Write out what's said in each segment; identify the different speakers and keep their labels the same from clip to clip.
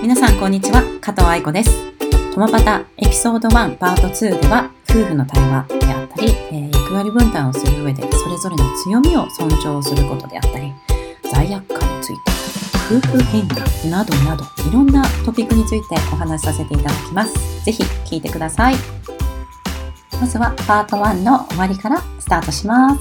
Speaker 1: 皆さんこんにちは、加藤愛子です。ともぱたエピソード1パート2では夫婦の対話であったり、役割分担をする上でそれぞれの強みを尊重することであったり、罪悪感について、夫婦喧嘩などなどいろんなトピックについてお話しさせていただきます。ぜひ聞いてください。まずはパート1の終わりからスタートします。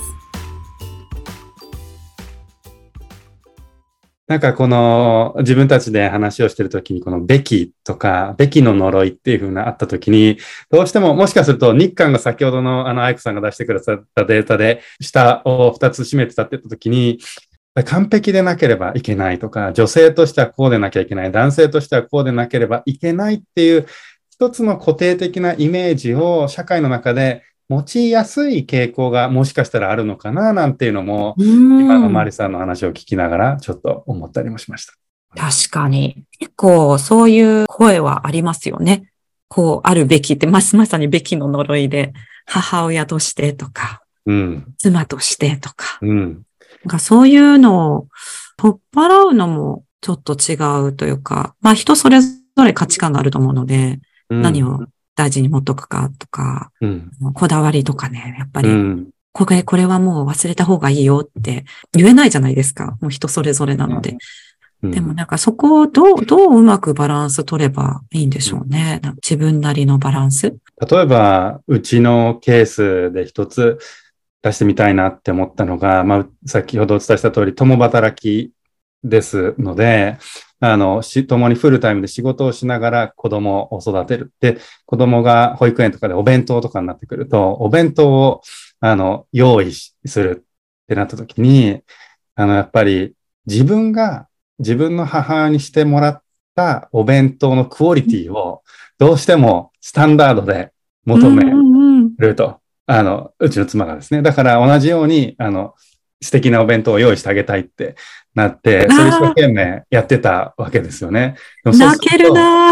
Speaker 2: なんかこの自分たちで話をしてるときにこのべきとかべきの呪いっていう風なあったときにどうしてももしかすると日韓が先ほどの愛子さんが出してくださったデータで下を2つ占めてたって言ったときに完璧でなければいけないとか女性としてはこうでなきゃいけない男性としてはこうでなければいけないっていう一つの固定的なイメージを社会の中で持ちやすい傾向がもしかしたらあるのかななんていうのも今のマリさんの話を聞きながらちょっと思ったりもしました。
Speaker 3: 確かに結構そういう声はありますよね。こうあるべきってまさにべきの呪いで母親としてとか、妻としてとか、なんかそういうのを取っ払うのもちょっと違うというか、まあ人それぞれ価値観があると思うので、何を大事に持っとくかとか、こだわりとかね、やっぱり、これはもう忘れた方がいいよって言えないじゃないですか。もう人それぞれなので。でもなんかそこをどううまくバランス取ればいいんでしょうね。自分なりのバランス。
Speaker 2: 例えば、うちのケースで一つ出してみたいなって思ったのが、先ほどお伝えした通り、共働きですので、共にフルタイムで仕事をしながら子供を育てる。で、子供が保育園とかでお弁当とかになってくると、お弁当を、用意するってなった時に、やっぱり自分の母親にしてもらったお弁当のクオリティをどうしてもスタンダードで求めると。うちの妻がですね。だから同じように、素敵なお弁当を用意してあげたいってなって、それ一生懸命やってたわけですよね。
Speaker 3: 泣けるな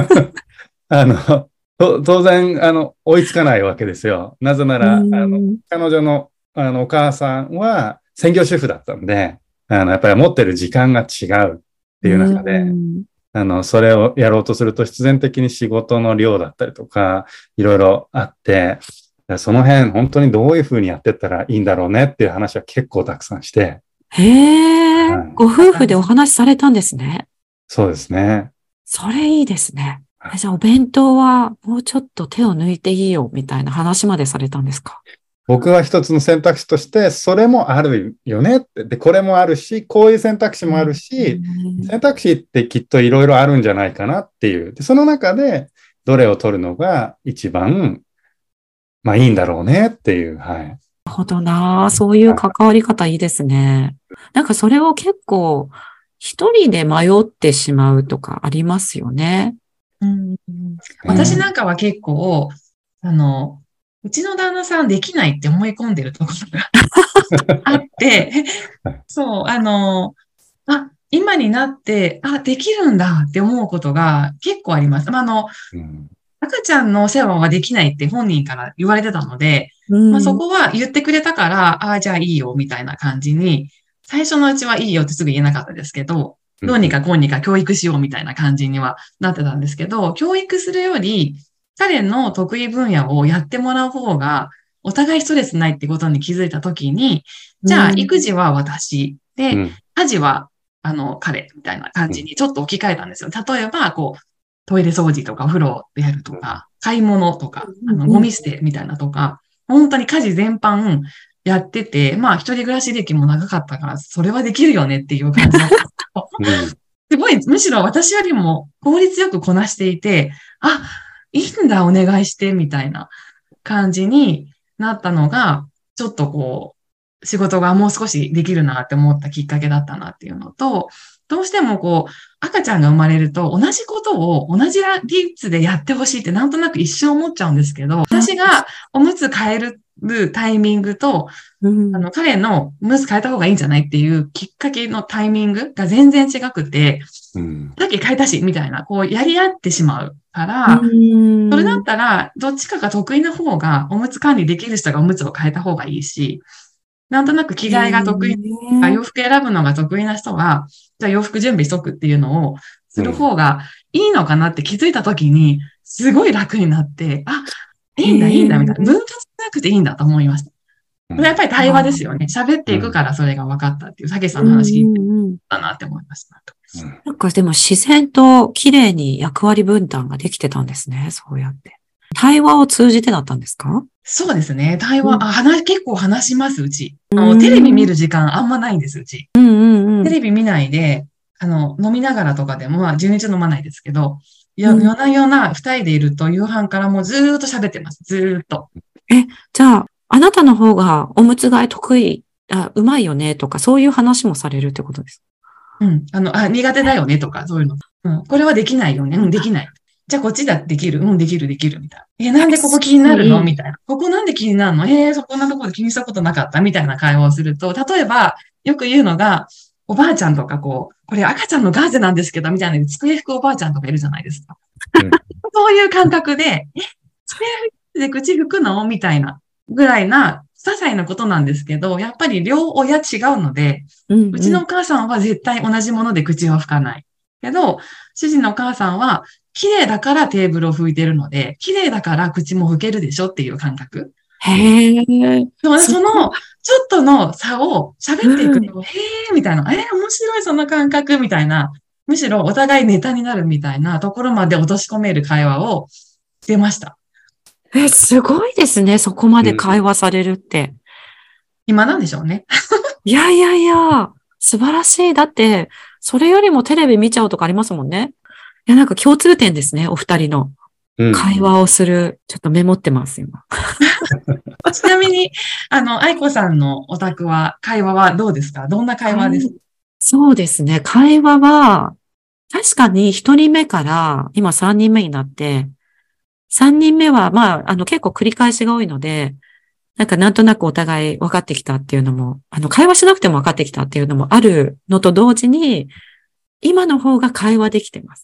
Speaker 2: 当然、追いつかないわけですよ。なぜなら、彼女の、お母さんは専業主婦だったんで、やっぱり持ってる時間が違うっていう中で、それをやろうとすると必然的に仕事の量だったりとか、いろいろあって、その辺、本当にどういうふうにやってったらいいんだろうねっていう話は結構たくさんして。
Speaker 3: ご夫婦でお話しされたんですね。
Speaker 2: そうですね。
Speaker 3: それいいですね。じゃあお弁当はもうちょっと手を抜いていいよみたいな話までされたんですか？
Speaker 2: 僕は一つの選択肢として、それもあるよねって。で、これもあるし、こういう選択肢もあるし、選択肢ってきっといろいろあるんじゃないかなっていう。で、その中で、どれを取るのが一番、いいんだろうねっていう。
Speaker 3: なるほどな。そういう関わり方いいですね。なんかそれを結構、一人で迷ってしまうとかありますよね。
Speaker 4: 私なんかは結構、うちの旦那さんできないって思い込んでるところがあって、そう、今になって、できるんだって思うことが結構あります。赤ちゃんのお世話はできないって本人から言われてたので、そこは言ってくれたから、じゃあいいよみたいな感じに、最初のうちはいいよってすぐ言えなかったですけど、どうにかこうにか教育しようみたいな感じにはなってたんですけど、教育するより、彼の得意分野をやってもらう方が、お互いストレスないってことに気づいたときに、じゃあ育児は私で、家事は彼みたいな感じにちょっと置き換えたんですよ。例えば、トイレ掃除とかお風呂でやるとか、買い物とか、ゴミ捨てみたいなとか、本当に家事全般やってて、一人暮らし歴も長かったから、それはできるよねっていう感じだった。すごい、むしろ私よりも効率よくこなしていて、いいんだ、お願いして、みたいな感じになったのが、ちょっと仕事がもう少しできるなって思ったきっかけだったなっていうのと、どうしても赤ちゃんが生まれると同じことを同じ率でやってほしいってなんとなく一瞬思っちゃうんですけど、私がおむつ変えるタイミングと、彼のおむつ変えた方がいいんじゃないっていうきっかけのタイミングが全然違くて、さっき変えたし、みたいな、やり合ってしまうから、それだったら、どっちかが得意な方が、おむつ管理できる人がおむつを変えた方がいいし、なんとなく着替えが得意、洋服選ぶのが得意な人は、 じゃあ洋服準備しとくっていうのをする方がいいのかなって気づいたときに、すごい楽になって、あ、いいんだ、いいんだ、みたいな。分割しなくていいんだと思いました。これやっぱり対話ですよね。喋っていくからそれが分かったっていう、たけしさんの話聞いてたなって思いました。
Speaker 3: なんかでも自然と綺麗に役割分担ができてたんですね。そうやって。対話を通じてだったんですか？
Speaker 4: そうですね。対話、結構話します、うち。テレビ見る時間あんまないんです、うち。テレビ見ないで、飲みながらとかでも、12日飲まないですけど、夜な夜な二人でいると夕飯からもうずーっと喋ってます。ずーっと。
Speaker 3: じゃあ、あなたの方がおむつ替え得意、うまいよねとか、そういう話もされるってことですか？
Speaker 4: うん。苦手だよねとか、そういうの。うん。これはできないよね。うん、できない。じゃあこっちだってできる。うん、できる、できる、みたいな。なんでここ気になるのみたいな。ここなんで気になるのそこんなところで気にしたことなかったみたいな会話をすると、例えば、よく言うのが、おばあちゃんとかこれ赤ちゃんのガーゼなんですけど、みたいな机拭くおばあちゃんとかいるじゃないですか。そういう感覚で、机で口拭くのみたいなぐらいな、些細なことなんですけど、やっぱり両親違うので、うちのお母さんは絶対同じもので口を拭かない。けど、主人のお母さんは、綺麗だからテーブルを拭いてるので、綺麗だから口も拭けるでしょっていう感覚。
Speaker 3: へー。
Speaker 4: その、ちょっとの差を喋っていくと、みたいな、面白いその感覚みたいな、むしろお互いネタになるみたいなところまで落とし込める会話をしてました。
Speaker 3: すごいですね。そこまで会話されるって。
Speaker 4: 今なんでしょうね。
Speaker 3: いや、素晴らしい。だって、それよりもテレビ見ちゃうとかありますもんね。いや、なんか共通点ですね。お二人の会話をする。ちょっとメモってます、今。
Speaker 4: ちなみに、愛子さんのお宅は、会話はどうですか？どんな会話ですか？
Speaker 3: そうですね。会話は、確かに一人目から今三人目になって、三人目は、結構繰り返しが多いので、なんとなくお互い分かってきたっていうのも、会話しなくても分かってきたっていうのもあるのと同時に、今の方が会話できてます。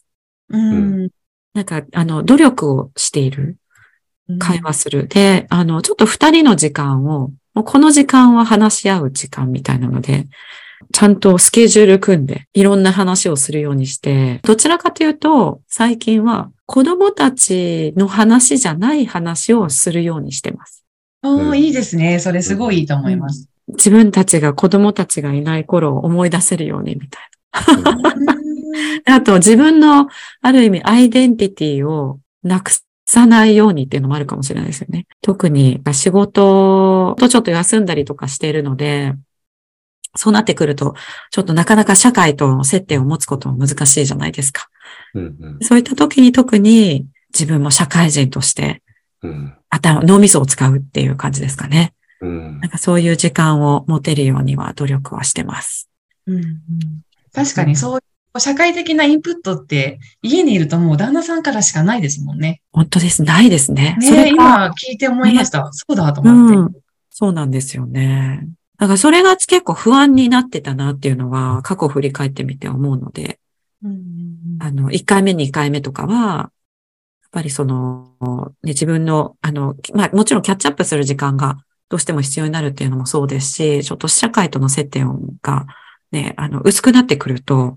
Speaker 3: 努力をしている。会話する。で、ちょっと二人の時間を、もうこの時間は話し合う時間みたいなので、ちゃんとスケジュール組んで、いろんな話をするようにして、どちらかというと、最近は子供たちの話じゃない話をするようにしてます。
Speaker 4: いいですね。それすごいいいと思います。
Speaker 3: 自分たちが子供たちがいない頃を思い出せるようにみたいな。あと自分のある意味アイデンティティをなくさないようにっていうのもあるかもしれないですよね。特に仕事とちょっと休んだりとかしているので、そうなってくると、ちょっとなかなか社会との接点を持つことも難しいじゃないですか。そういった時に特に自分も社会人として、脳みそを使うっていう感じですかね。そういう時間を持てるようには努力はしてます。
Speaker 4: 確かにそういう社会的なインプットって家にいるともう旦那さんからしかないですもんね。
Speaker 3: 本当です。ないですね。
Speaker 4: 今聞いて思いました。そうだと思って、
Speaker 3: そうなんですよね。だからそれが結構不安になってたなっていうのは過去振り返ってみて思うので、1回目、2回目とかは、やっぱり自分の、もちろんキャッチアップする時間がどうしても必要になるっていうのもそうですし、ちょっと社会との接点がね、薄くなってくると、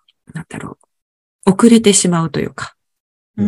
Speaker 3: 遅れてしまうというか、ち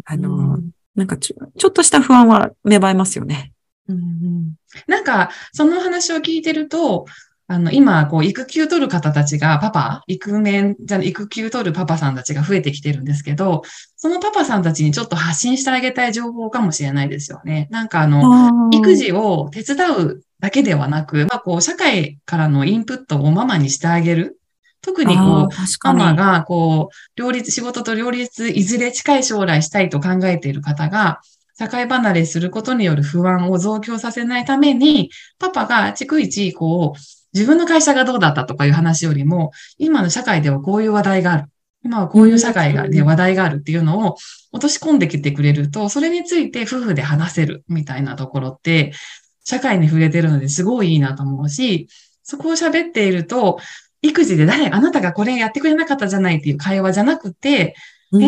Speaker 3: ょっとした不安は芽生えますよね。
Speaker 4: その話を聞いてると、今、育休取る方たちが、育休取るパパさんたちが増えてきてるんですけど、そのパパさんたちにちょっと発信してあげたい情報かもしれないですよね。育児を手伝うだけではなく、社会からのインプットをママにしてあげる。特にママが仕事と両立いずれ近い将来したいと考えている方が、社会離れすることによる不安を増強させないために、パパが逐一自分の会社がどうだったとかいう話よりも、今の社会ではこういう話題がある。今はこういう社会で話題があるっていうのを落とし込んできてくれると、それについて夫婦で話せるみたいなところって、社会に触れてるのですごいいいなと思うし、そこを喋っていると、育児であなたがこれやってくれなかったじゃないっていう会話じゃなくて、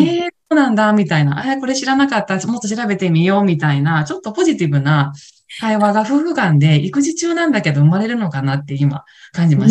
Speaker 4: うなんだ、みたいな。これ知らなかった。もっと調べてみよう、みたいな、ちょっとポジティブな会話が夫婦間で育児中なんだけど生まれるのかなって今感じました。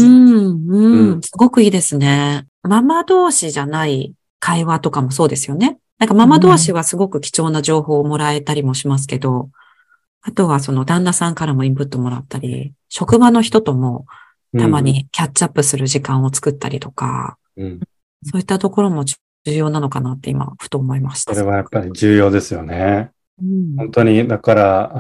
Speaker 3: すごくいいですね。ママ同士じゃない会話とかもそうですよね。なんかママ同士はすごく貴重な情報をもらえたりもしますけど、あとはその旦那さんからもインプットもらったり、職場の人ともたまにキャッチアップする時間を作ったりとか、そういったところも重要なのかなって今、ふと思いました。
Speaker 2: それはやっぱり重要ですよね。本当に、だから、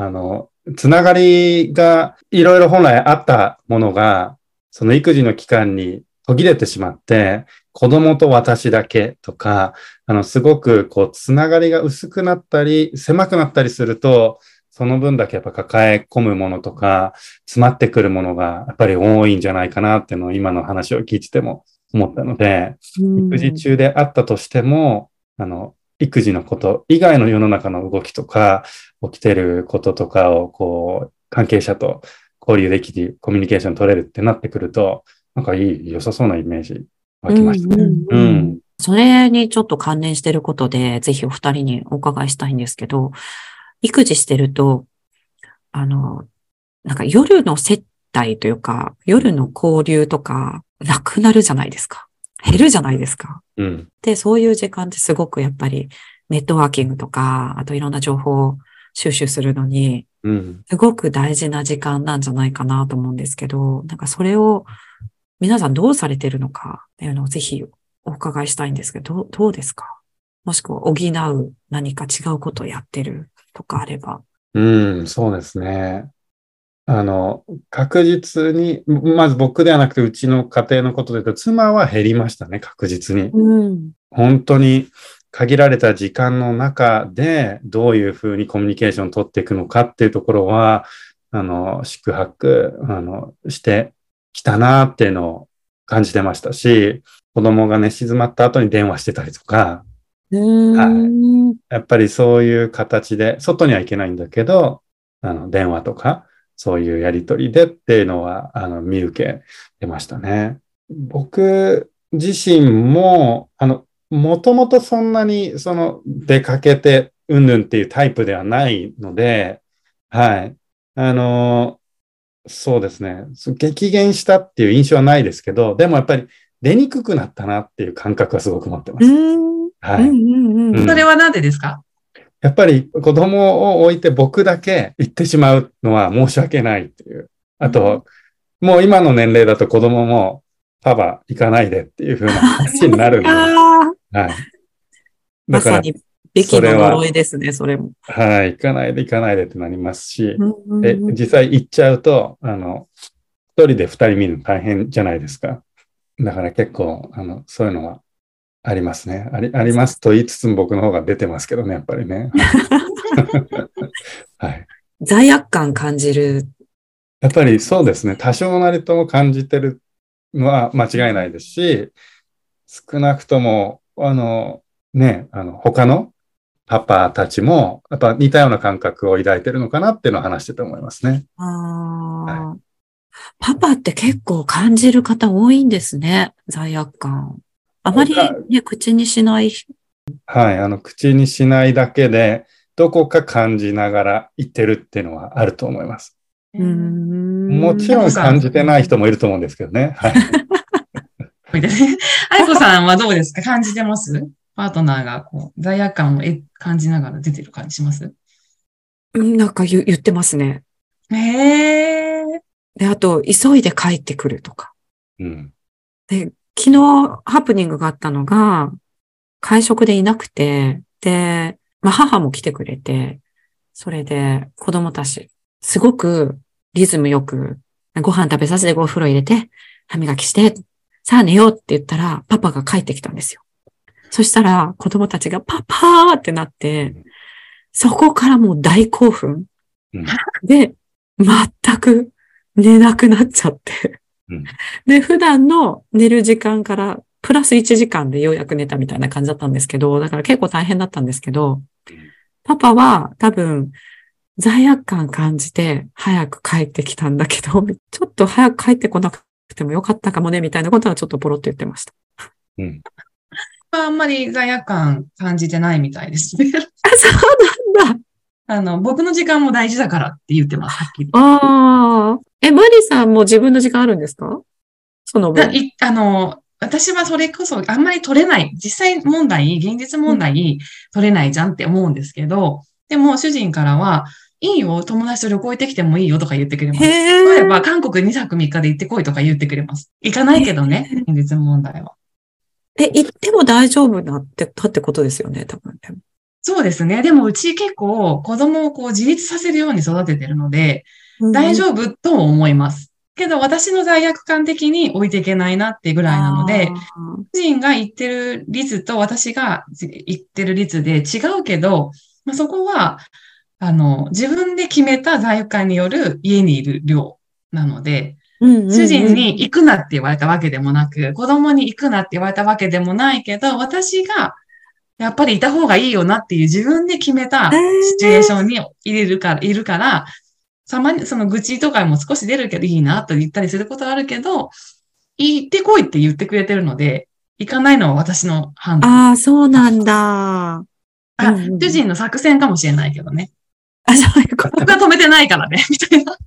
Speaker 2: つながりがいろいろ本来あったものが、その育児の期間に途切れてしまって、子供と私だけとか、すごくこう、つながりが薄くなったり、狭くなったりすると、その分だけやっぱ抱え込むものとか、詰まってくるものがやっぱり多いんじゃないかなっていうのを今の話を聞いてても思ったので、育児中であったとしても、育児のこと以外の世の中の動きとか、起きてることとかをこう、関係者と交流できて、コミュニケーション取れるってなってくると、なんか良さそうなイメージ湧きましたね。
Speaker 3: それにちょっと関連してることで、ぜひお二人にお伺いしたいんですけど、育児してると、なんか夜の接待というか、夜の交流とか、なくなるじゃないですか。減るじゃないですか。で、そういう時間ってすごくやっぱりネットワーキングとか、あといろんな情報を収集するのに、すごく大事な時間なんじゃないかなと思うんですけど、なんかそれを皆さんどうされてるのかっていうのをぜひお伺いしたいんですけど、どうですか？もしくは補う何か違うことをやってるとかあれば。
Speaker 2: そうですね。確実に、まず僕ではなくてうちの家庭のことで言うと、妻は減りましたね、確実に。本当に限られた時間の中でどういうふうにコミュニケーションを取っていくのかっていうところは、宿泊、してきたなっていうのを感じてましたし、子供がね、静まった後に電話してたりとか、やっぱりそういう形で、外には行けないんだけど、電話とか、そういうやりとりでっていうのは、見受けてましたね。僕自身も、もともとそんなに、出かけて、うんぬんっていうタイプではないので、はい。そうですね。激減したっていう印象はないですけど、でもやっぱり出にくくなったなっていう感覚はすごく持ってます。はい。
Speaker 4: それはなんでですか？
Speaker 2: やっぱり子供を置いて僕だけ行ってしまうのは申し訳ないっていう。あと、もう今の年齢だと子供もパパ行かないでっていう風な話になるんで。はい。
Speaker 3: まさにべきの呪いですね、それも。
Speaker 2: はい、行かないでってなりますし、実際行っちゃうと、一人で二人見るの大変じゃないですか。だから結構、そういうのはありますね。ありますと言いつつも僕の方が出てますけどね、やっぱりね。はい。
Speaker 3: 罪悪感感じる。
Speaker 2: やっぱりそうですね。多少なりとも感じてるのは間違いないですし、少なくとも、他のパパたちも、やっぱ似たような感覚を抱いてるのかなっていうのを話してて思いますね。
Speaker 3: はい、パパって結構感じる方多いんですね、罪悪感。あまり、ね、口にしない。
Speaker 2: はい、口にしないだけで、どこか感じながら言ってるっていうのはあると思います。もちろん感じてない人もいると思うんですけどね。はい。
Speaker 4: 愛子さんはどうですか？感じてます？パートナーがこう罪悪感を感じながら出てる感じします？
Speaker 3: なんか言ってますね。で、あと、急いで帰ってくるとか。で、昨日ハプニングがあったのが、会食でいなくて、で、母も来てくれて、それで子供たち、すごくリズムよく、ご飯食べさせてお風呂入れて、歯磨きして、さあ寝ようって言ったら、パパが帰ってきたんですよ。そしたら、子供たちがパパーってなって、そこからもう大興奮。で、全く寝なくなっちゃって。で、普段の寝る時間からプラス1時間でようやく寝たみたいな感じだったんですけど、だから結構大変だったんですけど、パパは多分罪悪感感じて早く帰ってきたんだけど、ちょっと早く帰ってこなくてもよかったかもねみたいなことはちょっとポロッと言ってました。
Speaker 4: はあんまり罪悪感感じてないみたいですね。
Speaker 3: あ、そうなんだ。
Speaker 4: 僕の時間も大事だからって言ってます、はっきり。
Speaker 3: ああ。マリさんも自分の時間あるんですか？その分。
Speaker 4: 私はそれこそあんまり取れない。実際問題、現実問題取れないじゃんって思うんですけど、でも主人からは、いいよ、友達と旅行行ってきてもいいよとか言ってくれます。例えば、韓国2泊3日で行ってこいとか言ってくれます。行かないけどね、現実問題は。
Speaker 3: 行っても大丈夫だってことですよね、多分。
Speaker 4: そうですね。でもうち結構子供をこう自立させるように育ててるので、大丈夫と思います。けど私の罪悪感的に置いていけないなってぐらいなので、主人が言ってる率と私が言ってる率で違うけど、まあ、そこは、自分で決めた罪悪感による家にいる量なので、主人に行くなって言われたわけでもなく、子供に行くなって言われたわけでもないけど、私がやっぱりいた方がいいよなっていう自分で決めたシチュエーションにいるから、たまにその愚痴とかも少し出るけどいいなと言ったりすることはあるけど、行ってこいって言ってくれてるので、行かないのは私の判断。
Speaker 3: ああ、そうなんだ。
Speaker 4: 主人の作戦かもしれないけどね。
Speaker 3: そういうこと。
Speaker 4: 僕は止めてないからね、みたいな。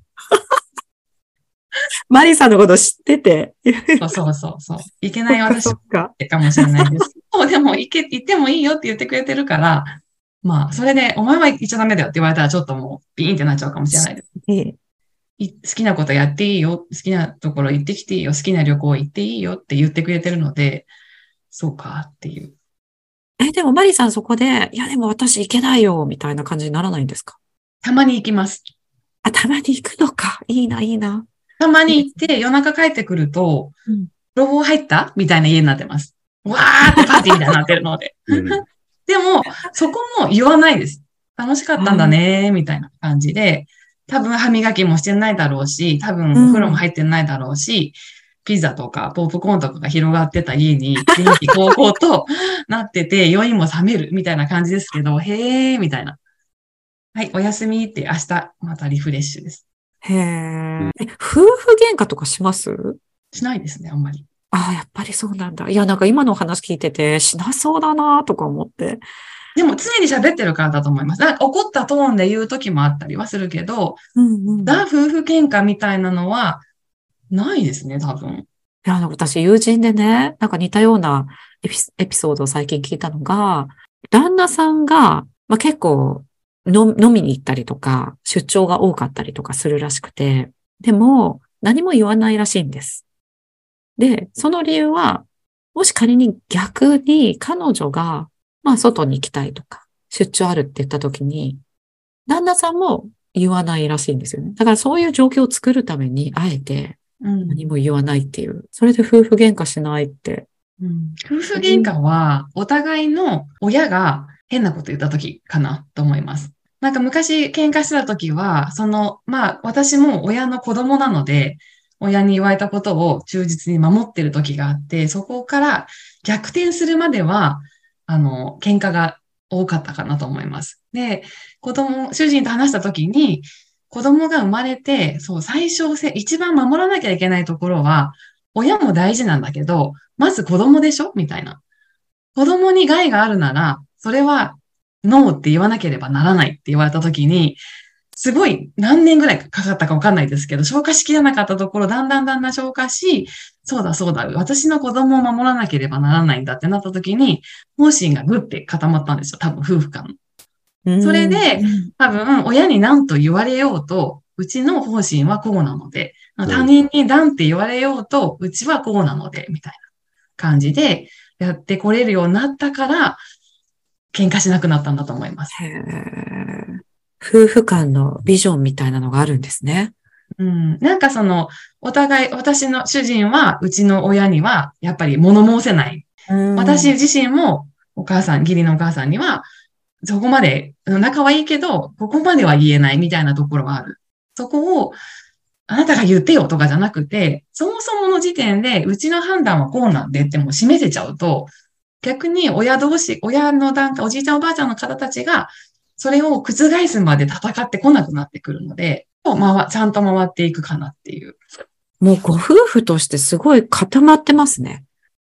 Speaker 3: マリさんのこと知ってて。
Speaker 4: そう。いけない私かもしれないですけど、でも行ってもいいよって言ってくれてるから、まあ、それで、お前は行っちゃダメだよって言われたらちょっともう、ビーンってなっちゃうかもしれないです。好きなことやっていいよ、好きなところ行ってきていいよ、好きな旅行行っていいよって言ってくれてるので、そうかっていう。
Speaker 3: でもマリさんそこで、いやでも私行けないよ、みたいな感じにならないんですか？
Speaker 4: たまに行きます。
Speaker 3: たまに行くのか。いいな。
Speaker 4: たまに行って夜中帰ってくると、泥棒入ったみたいな家になってます。わーってパーティーみたいになってるので。でも、そこも言わないです。楽しかったんだね、みたいな感じで、多分歯磨きもしてないだろうし、多分お風呂も入ってないだろうし、ピザとかポップコーンとかが広がってた家に電気高校となってて、酔いも冷めるみたいな感じですけど、へーみたいな。はい、おやすみって明日またリフレッシュです。
Speaker 3: へー。夫婦喧嘩とかします？
Speaker 4: しないですね、あんまり。
Speaker 3: やっぱりそうなんだ。いや、なんか今の話聞いてて、しなそうだなとか思って。
Speaker 4: でも常に喋ってるからだと思います。なんか怒ったトーンで言う時もあったりはするけど、夫婦喧嘩みたいなのはないですね、多分。
Speaker 3: いや、私友人でね、なんか似たようなエピソードを最近聞いたのが、旦那さんが、結構飲みに行ったりとか、出張が多かったりとかするらしくて、でも何も言わないらしいんです。で、その理由は、もし仮に逆に彼女が、外に行きたいとか、出張あるって言った時に、旦那さんも言わないらしいんですよね。だからそういう状況を作るために、あえて何も言わないっていう。それで夫婦喧嘩しないって。
Speaker 4: 夫婦喧嘩は、お互いの親が変なこと言った時かなと思います。なんか昔喧嘩してた時は、私も親の子供なので、親に言われたことを忠実に守ってる時があって、そこから逆転するまでは、喧嘩が多かったかなと思います。で、主人と話した時に、子供が生まれて、一番守らなきゃいけないところは、親も大事なんだけど、まず子供でしょみたいな。子供に害があるなら、それはノーって言わなければならないって言われた時に、すごい何年ぐらいかかったかわかんないですけど、消化しきれなかったところ、だんだん消化し、そうだ、私の子供を守らなければならないんだってなった時に、方針がぐって固まったんですよ。多分夫婦間の。それで、多分親に何と言われようと、うちの方針はこうなので、他人に何って言われようと、うちはこうなので、みたいな感じでやってこれるようになったから、喧嘩しなくなったんだと思います。
Speaker 3: 夫婦間のビジョンみたいなのがあるんですね。
Speaker 4: なんかお互い、私の主人は、うちの親には、やっぱり物申せない。私自身も、義理のお母さんには、そこまで、仲はいいけど、ここまでは言えないみたいなところはある。そこを、あなたが言ってよとかじゃなくて、そもそもの時点で、うちの判断はこうなんでってもう示せちゃうと、逆に親の段階、おじいちゃんおばあちゃんの方たちが、それを覆すまで戦ってこなくなってくるので、ちゃんと回っていくかなっていう。
Speaker 3: もうご夫婦としてすごい固まってますね。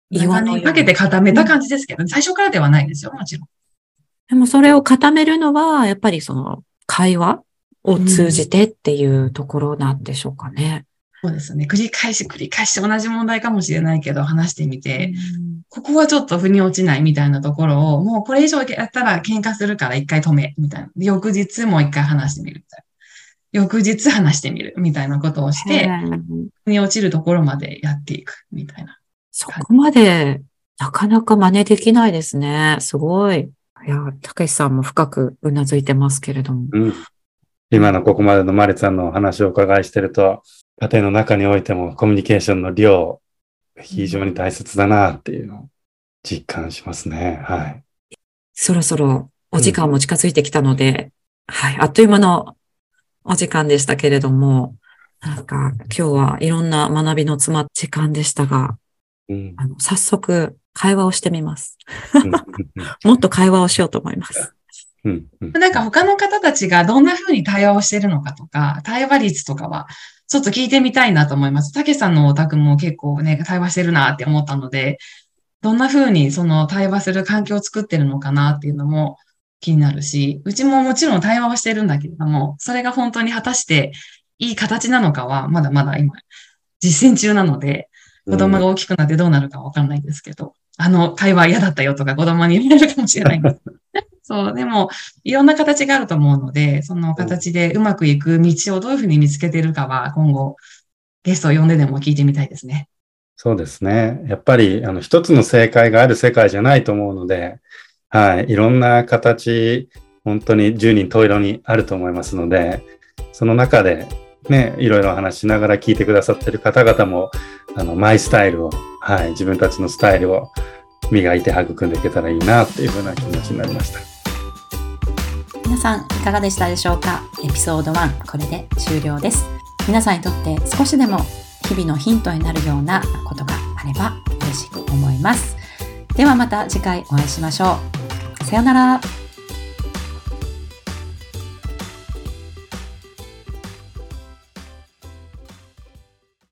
Speaker 4: 岩にかけて固めた感じですけど、最初からではないですよ、もちろん。
Speaker 3: でもそれを固めるのは、やっぱりその会話を通じてっていうところなんでしょうかね。
Speaker 4: そうですね。繰り返し同じ問題かもしれないけど、話してみて、ここはちょっと腑に落ちないみたいなところを、もうこれ以上やったら喧嘩するから一回止め、みたいな。翌日もう一回話してみるみたいな。翌日話してみるみたいなことをして、腑に落ちるところまでやっていくみたいな。
Speaker 3: そこまでなかなか真似できないですね。すごい。いや、たけしさんも深くうなずいてますけれども。
Speaker 2: 今のここまでのマリさんのお話をお伺いしてると、家庭の中においてもコミュニケーションの量、非常に大切だなっていうのを実感しますね。はい。
Speaker 3: そろそろお時間も近づいてきたので、はい、あっという間のお時間でしたけれども、なんか今日はいろんな学びの詰まった時間でしたが、早速会話をしてみます。もっと会話をしようと思います。
Speaker 4: なんか他の方たちがどんな風に対話をしているのかとか、対話率とかはちょっと聞いてみたいなと思います。たけさんのお宅も結構ね、対話してるなって思ったので、どんな風にその対話する環境を作ってるのかなっていうのも気になるし、うちももちろん対話はしてるんだけれども、それが本当に果たしていい形なのかはまだまだ今実践中なので、子供が大きくなってどうなるかわかんないんですけど、会話嫌だったよとか子供に言われるかもしれないんです。そう、でも、いろんな形があると思うので、その形でうまくいく道をどういうふうに見つけているかは、今後、ゲストを呼んででも聞いてみたいですね。
Speaker 2: そうですね。やっぱり、一つの正解がある世界じゃないと思うので、はい、いろんな形、本当に十人十色にあると思いますので、その中で、ね、いろいろ話しながら聞いてくださっている方々も、マイスタイルを、はい、自分たちのスタイルを磨いて育んでいけたらいいなっていうふうな気持ちになりました。
Speaker 1: 皆さんいかがでしたでしょうか。エピソード1、これで終了です。皆さんにとって少しでも日々のヒントになるようなことがあれば嬉しく思います。ではまた次回お会いしましょう。さようなら。